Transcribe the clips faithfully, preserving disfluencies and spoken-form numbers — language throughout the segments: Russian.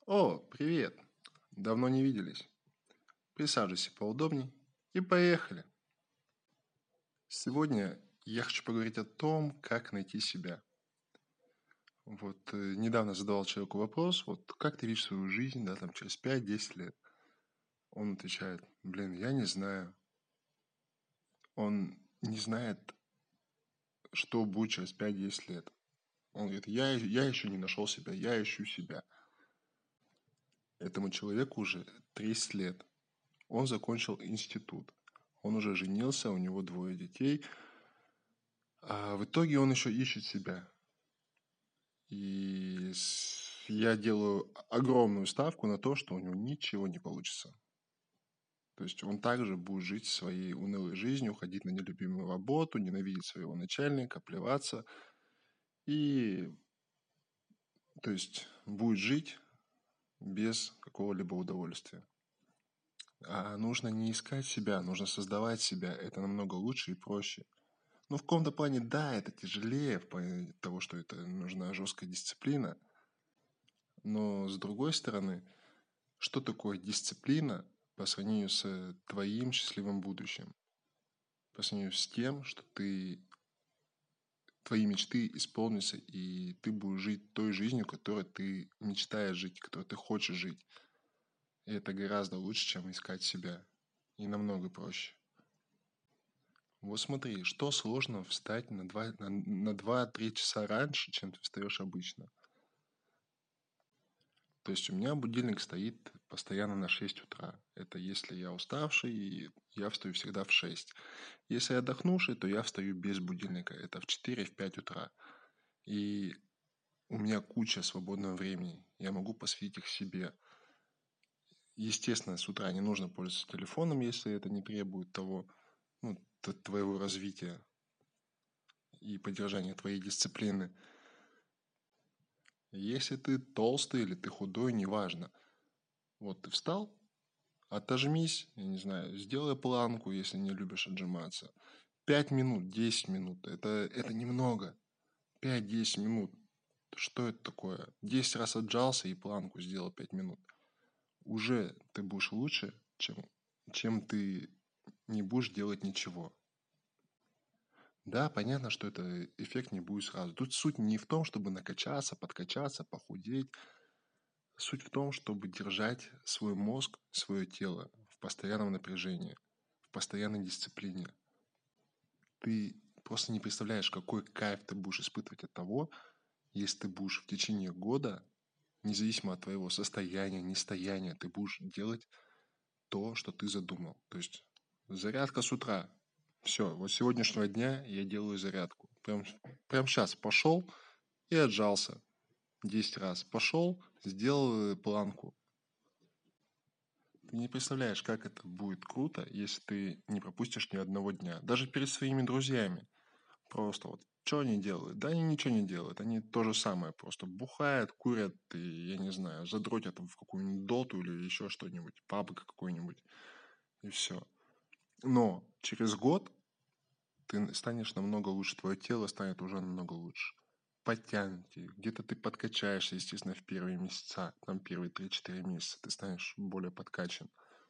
О, привет! Давно не виделись. Присаживайся поудобней и поехали. Сегодня я хочу поговорить о том, как найти себя. Вот э, недавно задавал человеку вопрос, вот как ты видишь свою жизнь, да, там через пять-десять лет. Он отвечает, блин, я не знаю. Он не знает, что будет через пять-десять лет. Он говорит, я, я еще не нашел себя, я ищу себя. Этому человеку уже тридцать лет. Он закончил институт. Он уже женился, у него двое детей. А в итоге он еще ищет себя. И с- я делаю огромную ставку на то, что у него ничего не получится. То есть он также будет жить своей унылой жизнью, ходить на нелюбимую работу, ненавидеть своего начальника, плеваться. И, то есть, будет жить без какого-либо удовольствия. А нужно не искать себя, нужно создавать себя. Это намного лучше и проще. Ну, в каком-то плане, да, это тяжелее, в плане того, что это нужна жесткая дисциплина. Но с другой стороны, что такое дисциплина по сравнению с твоим счастливым будущим? По сравнению с тем, что ты, твои мечты исполнятся, и ты будешь жить той жизнью, которой ты мечтаешь жить, которой ты хочешь жить. И это гораздо лучше, чем искать себя. И намного проще. Вот смотри, что сложно встать на два, на, на два-три часа раньше, чем ты встаешь обычно. То есть у меня будильник стоит постоянно на шесть утра. Это если я уставший, и я встаю всегда в шесть. Если я отдохнувший, то я встаю без будильника. Это в четыре-пять утра. И у меня куча свободного времени. Я могу посвятить их себе. Естественно, с утра не нужно пользоваться телефоном, если это не требует того, ну, т- твоего развития и поддержания твоей дисциплины. Если ты толстый или ты худой, неважно. Вот ты встал, отожмись, я не знаю, сделай планку, если не любишь отжиматься. Пять минут, десять минут. Это, это немного. Пять-десять минут. Что это такое? Десять раз отжался и планку сделал пять минут. Уже ты будешь лучше, чем, чем ты не будешь делать ничего. Да, понятно, что это эффект не будет сразу. Тут суть не в том, чтобы накачаться, подкачаться, похудеть. Суть в том, чтобы держать свой мозг, свое тело в постоянном напряжении, в постоянной дисциплине. Ты просто не представляешь, какой кайф ты будешь испытывать от того, если ты будешь в течение года, независимо от твоего состояния, нестояния, ты будешь делать то, что ты задумал. То есть зарядка с утра. Все, вот с сегодняшнего дня я делаю зарядку. Прям, прям сейчас пошел и отжался десять раз. Пошел, сделал э, планку. Ты не представляешь, как это будет круто, если ты не пропустишь ни одного дня. Даже перед своими друзьями. Просто вот, что они делают? Да они ничего не делают. Они то же самое. Просто бухают, курят и, я не знаю, задротят в какую-нибудь доту или еще что-нибудь. Пабг какой-нибудь. И все. Но через год ты станешь намного лучше. Твое тело станет уже намного лучше. Подтянете. Где-то ты подкачаешься, естественно, в первые месяца. Там первые три-четыре месяца ты станешь более подкачан.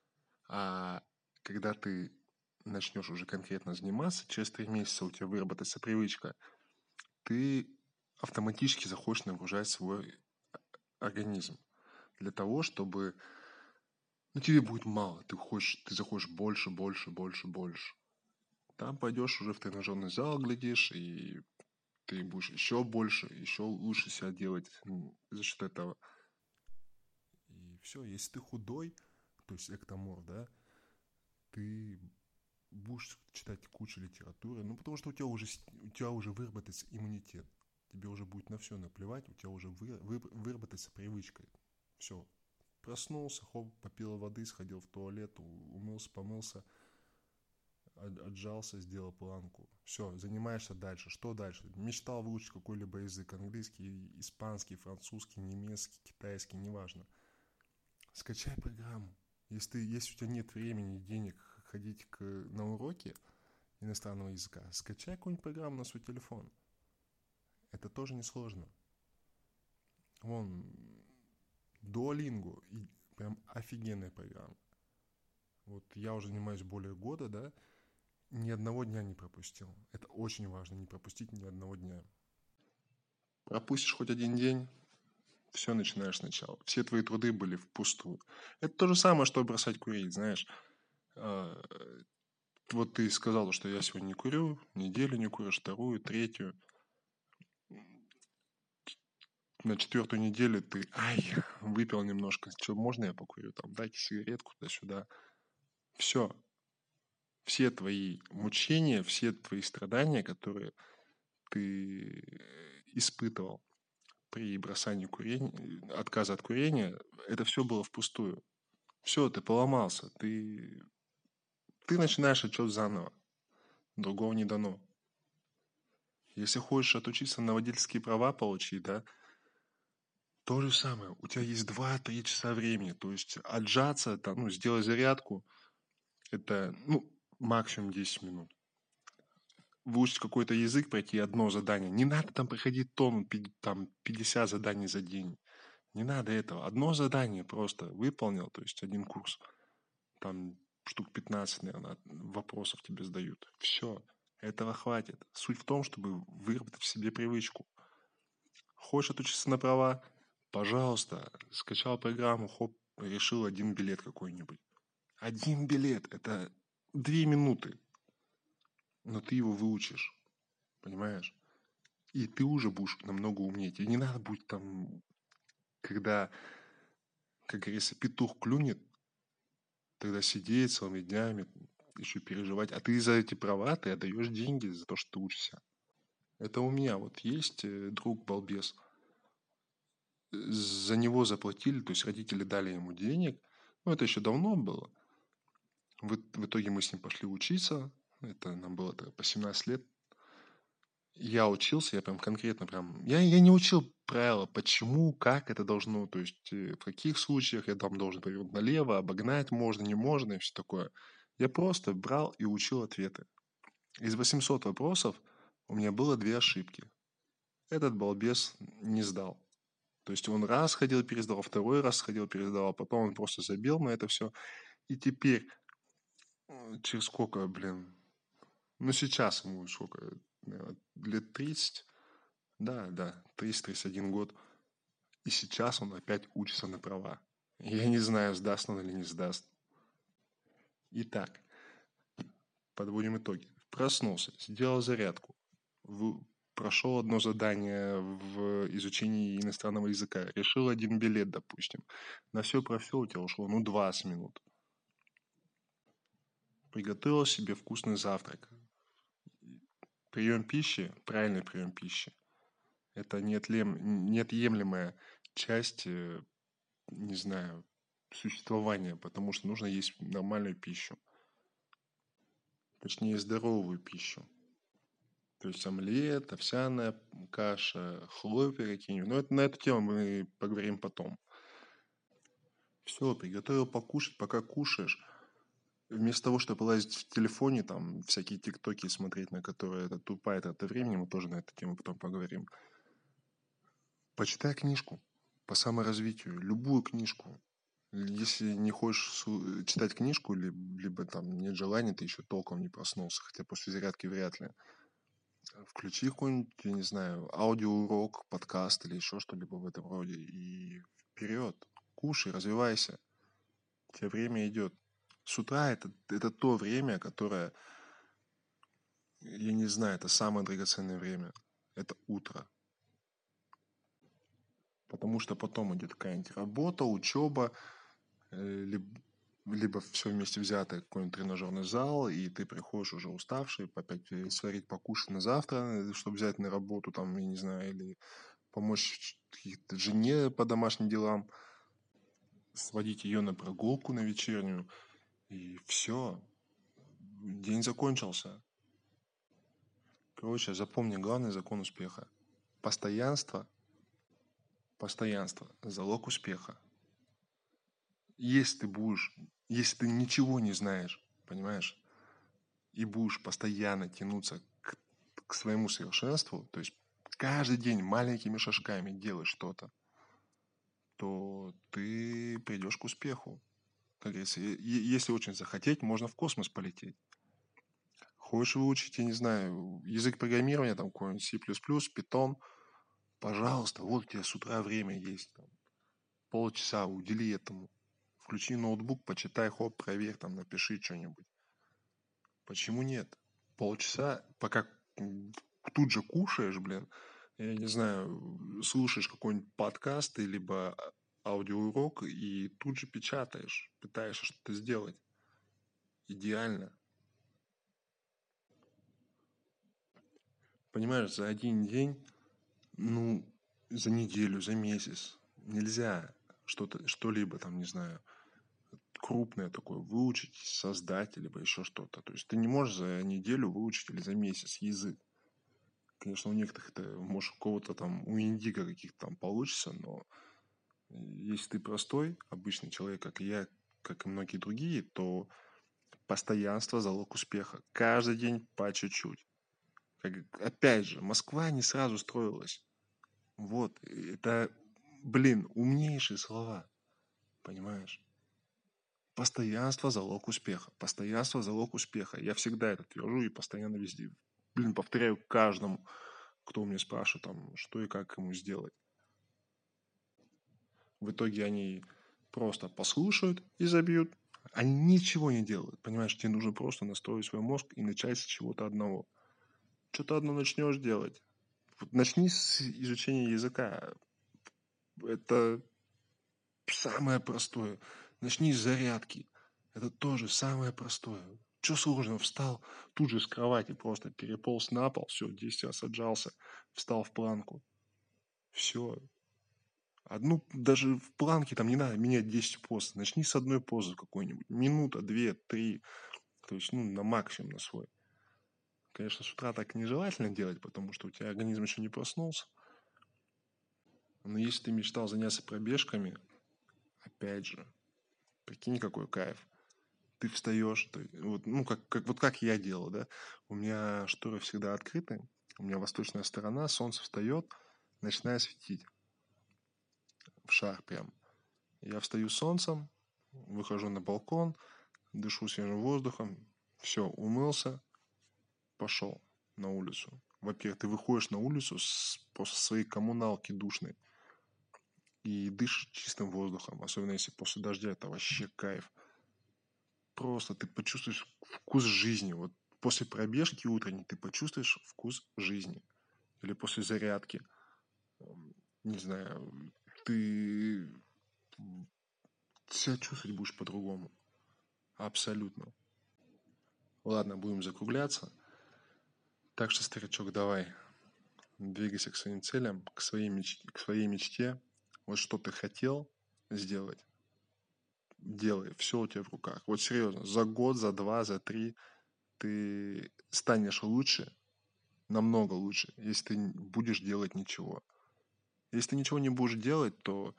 А когда ты начнешь уже конкретно заниматься, через три месяца у тебя выработается привычка, ты автоматически захочешь нагружать свой организм для того, чтобы, ну, тебе будет мало, ты хочешь, ты захочешь больше, больше, больше, больше. Там пойдешь уже в тренажерный зал, глядишь, и ты будешь еще больше, еще лучше себя делать м, за счет этого. И все, если ты худой, то есть эктоморф, да, ты будешь читать кучу литературы, ну потому что у тебя уже, у тебя уже выработается иммунитет. Тебе уже будет на все наплевать, у тебя уже вы, вы, выработается привычка. Все. Проснулся, хоп, попил воды, сходил в туалет, умылся, помылся, отжался, сделал планку. Все, занимаешься дальше. Что дальше? Мечтал выучить какой-либо язык. Английский, испанский, французский, немецкий, китайский, неважно. Скачай программу. Если, ты, если у тебя нет времени и денег ходить к, на уроки иностранного языка, скачай какую-нибудь программу на свой телефон. Это тоже несложно. Вон, Duolingo. И прям офигенная программа. Вот я уже занимаюсь более года, да, ни одного дня не пропустил. Это очень важно, не пропустить ни одного дня. Пропустишь хоть один день, все начинаешь сначала. Все твои труды были впустую. Это то же самое, что бросать курить, знаешь. А, Вот ты сказал, что я сегодня не курю, неделю не куришь, вторую, третью. На четвертую неделю ты, ай, выпил немножко. Что, можно я покурю? Там, дайте сигаретку туда-сюда. Все. Все твои мучения, все твои страдания, которые ты испытывал при бросании курения, отказа от курения, это все было впустую. Все, ты поломался, ты, ты начинаешь отчет заново. Другого не дано. Если хочешь отучиться на водительские права получить, да, то же самое. У тебя есть два-три часа времени. То есть отжаться, там, ну, сделать зарядку, это, ну, максимум десять минут. Выучить какой-то язык, пройти одно задание. Не надо там проходить тонну, там, пятьдесят заданий за день. Не надо этого. Одно задание просто выполнил, то есть один курс. Там штук пятнадцать, наверное, вопросов тебе сдают. Все. Этого хватит. Суть в том, чтобы выработать в себе привычку. Хочешь отучиться на права? Пожалуйста, скачал программу, хоп, решил один билет какой-нибудь. Один билет – это две минуты. Но ты его выучишь, понимаешь? И ты уже будешь намного умнее. Тебе не надо будет там, когда, как говорится, петух клюнет, тогда сидеть целыми днями, еще переживать. А ты за эти права, ты отдаешь деньги за то, что ты учишься. Это у меня вот есть э, друг-балбес. За него заплатили, то есть родители дали ему денег. Ну, это еще давно было. В, в итоге мы с ним пошли учиться. Это нам было по семнадцать лет. Я учился, я прям конкретно прям... Я, я не учил правила, почему, как это должно, то есть э, в каких случаях я там должен повернуть налево, обогнать можно, не можно и все такое. Я просто брал и учил ответы. Из восьмисот вопросов у меня было две ошибки. Этот балбес не сдал. То есть он раз ходил, пересдал, второй раз ходил, пересдал, а потом он просто забил на это все. И теперь, э, через сколько, блин, ну сейчас ему сколько, наверное, лет тридцать, да, да, тридцать-тридцать один год. И сейчас он опять учится на права. Я не знаю, сдаст он или не сдаст. Итак, подводим итоги. Проснулся, сделал зарядку, в- прошел одно задание в изучении иностранного языка, решил один билет, допустим. На все про все у тебя ушло, ну, двадцать минут. Приготовил себе вкусный завтрак. Прием пищи, правильный прием пищи, это неотлем, неотъемлемая часть, э, не знаю, существования, потому что нужно есть нормальную пищу. Точнее, здоровую пищу. То есть омлет, овсяная каша, хлопья какие-нибудь. Но это, на эту тему мы поговорим потом. Все, приготовил покушать, пока кушаешь. Вместо того, чтобы лазить в телефоне, там, всякие тиктоки смотреть, на которые это тупая трата времени, мы тоже на эту тему потом поговорим. Почитай книжку по саморазвитию, любую книжку. Если не хочешь читать книжку, либо там нет желания, ты еще толком не проснулся, хотя после зарядки вряд ли. Включи какой-нибудь, я не знаю, аудиоурок, подкаст или еще что-либо в этом роде. И вперед, кушай, развивайся. У тебя время идет. С утра это, это то время, которое, я не знаю, это самое драгоценное время. Это утро. Потому что потом идет какая-нибудь работа, учеба, либо, либо все вместе взятое, какой-нибудь тренажерный зал, и ты приходишь уже уставший, опять сварить, покушать на завтра, чтобы взять на работу, там, я не знаю, или помочь жене по домашним делам, сводить ее на прогулку на вечернюю, и все, день закончился. Короче, запомни главный закон успеха. Постоянство, постоянство – залог успеха. Если ты будешь, если ты ничего не знаешь, понимаешь, и будешь постоянно тянуться к, к своему совершенству, то есть каждый день маленькими шажками делать что-то, то ты придешь к успеху. Как говорится, е- е- если очень захотеть, можно в космос полететь. Хочешь выучить, я не знаю, язык программирования, там какой-нибудь C++, Python, пожалуйста, вот у тебя с утра время есть. Там, полчаса удели этому. Включи ноутбук, почитай, хоп, проверь, там, напиши что-нибудь. Почему нет? Полчаса, пока м, тут же кушаешь, блин, я не знаю, слушаешь какой-нибудь подкаст, и либо а- аудиоурок, и тут же печатаешь, пытаешься что-то сделать. Идеально. Понимаешь, за один день, ну, за неделю, за месяц нельзя что-то, что-либо там, не знаю, крупное такое выучить, создать, либо еще что-то. То есть ты не можешь за неделю выучить или за месяц язык. Конечно, у некоторых это, может, у кого-то там, у индиго каких-то там получится, но если ты простой, обычный человек, как и я, как и многие другие, то постоянство– залог успеха. Каждый день по чуть-чуть. Как, опять же, Москва не сразу строилась. Вот, это, блин, умнейшие слова, понимаешь? Постоянство– залог успеха. Постоянство– залог успеха. Я всегда это твержу и постоянно везде. Блин, повторяю каждому, кто у меня спрашивает, там, что и как ему сделать. В итоге они просто послушают и забьют. Они ничего не делают. Понимаешь, тебе нужно просто настроить свой мозг и начать с чего-то одного. Что-то одно начнешь делать. Вот начни с изучения языка. Это самое простое. Начни с зарядки. Это тоже самое простое. Что сложного? Встал тут же с кровати, просто переполз на пол, все, десять раз отжался, встал в планку. Все. Одну, даже в планке там не надо менять десять поз. Начни с одной позы какой-нибудь. Минута, две, три. То есть, ну, на максимум на свой. Конечно, с утра так нежелательно делать, потому что у тебя организм еще не проснулся. Но если ты мечтал заняться пробежками, опять же, прикинь, какой кайф. Ты встаешь, ты, вот, ну, как, как, вот как я делал, да. У меня шторы всегда открыты. У меня восточная сторона, солнце встает, начинает светить. В шар прям. Я встаю с солнцем, выхожу на балкон, дышу свежим воздухом, все, умылся, пошел на улицу. Во-первых, ты выходишь на улицу с, после своей коммуналки душной и дышишь чистым воздухом, особенно если после дождя, это вообще кайф. Просто ты почувствуешь вкус жизни. Вот после пробежки утренней ты почувствуешь вкус жизни. Или после зарядки. Не знаю, ты себя чувствовать будешь по-другому. Абсолютно. Ладно, будем закругляться. Так что, старичок, давай, двигайся к своим целям, к своей мечте, к своей мечте. Вот что ты хотел сделать, делай, все у тебя в руках. Вот серьезно, за год, за два, за три ты станешь лучше, намного лучше, если ты будешь делать ничего. Если ты ничего не будешь делать, то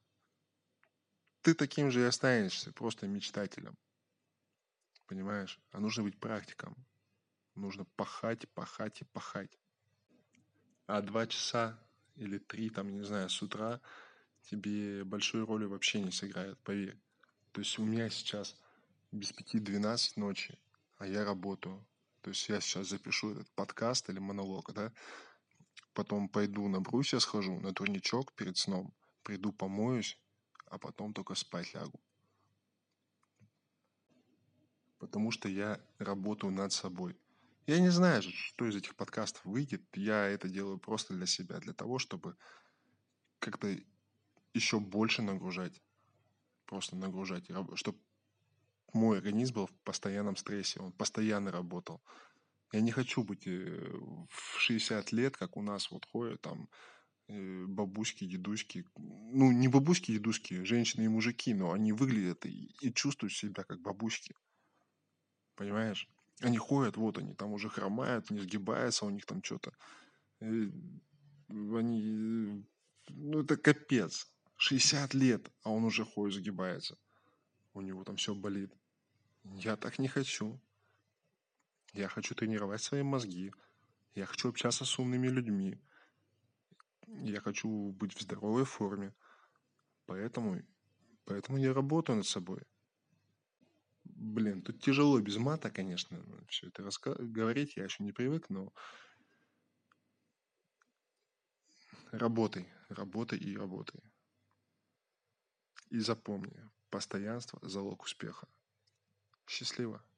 ты таким же и останешься, просто мечтателем, понимаешь? А нужно быть практиком. Нужно пахать, пахать и пахать. А два часа или три, там, не знаю, с утра тебе большой роли вообще не сыграет, поверь. То есть у меня сейчас без пяти двенадцать ночи, а я работаю. То есть я сейчас запишу этот подкаст или монолог, да, потом пойду на брусья схожу, на турничок перед сном, приду помоюсь, а потом только спать лягу. Потому что я работаю над собой. Я не знаю, что из этих подкастов выйдет. Я это делаю просто для себя, для того, чтобы как-то еще больше нагружать, просто нагружать, чтобы мой организм был в постоянном стрессе, он постоянно работал. Я не хочу быть э, в шестьдесят лет, как у нас вот ходят там э, бабушки, дедушки. Ну, не бабушки, дедушки, женщины и мужики, но они выглядят и, и чувствуют себя как бабушки. Понимаешь? Они ходят, вот они там уже хромают, не сгибаются, у них там что-то. Э, Они, э, ну, это капец. шестьдесят лет, а он уже ходит, сгибается. У него там все болит. Я так не хочу. Я хочу тренировать свои мозги. Я хочу общаться с умными людьми. Я хочу быть в здоровой форме. Поэтому Поэтому я работаю над собой. Блин, тут тяжело без мата, конечно, все это раска- говорить, я еще не привык, но работай, работай и работай. И запомни, постоянство – залог успеха. Счастливо.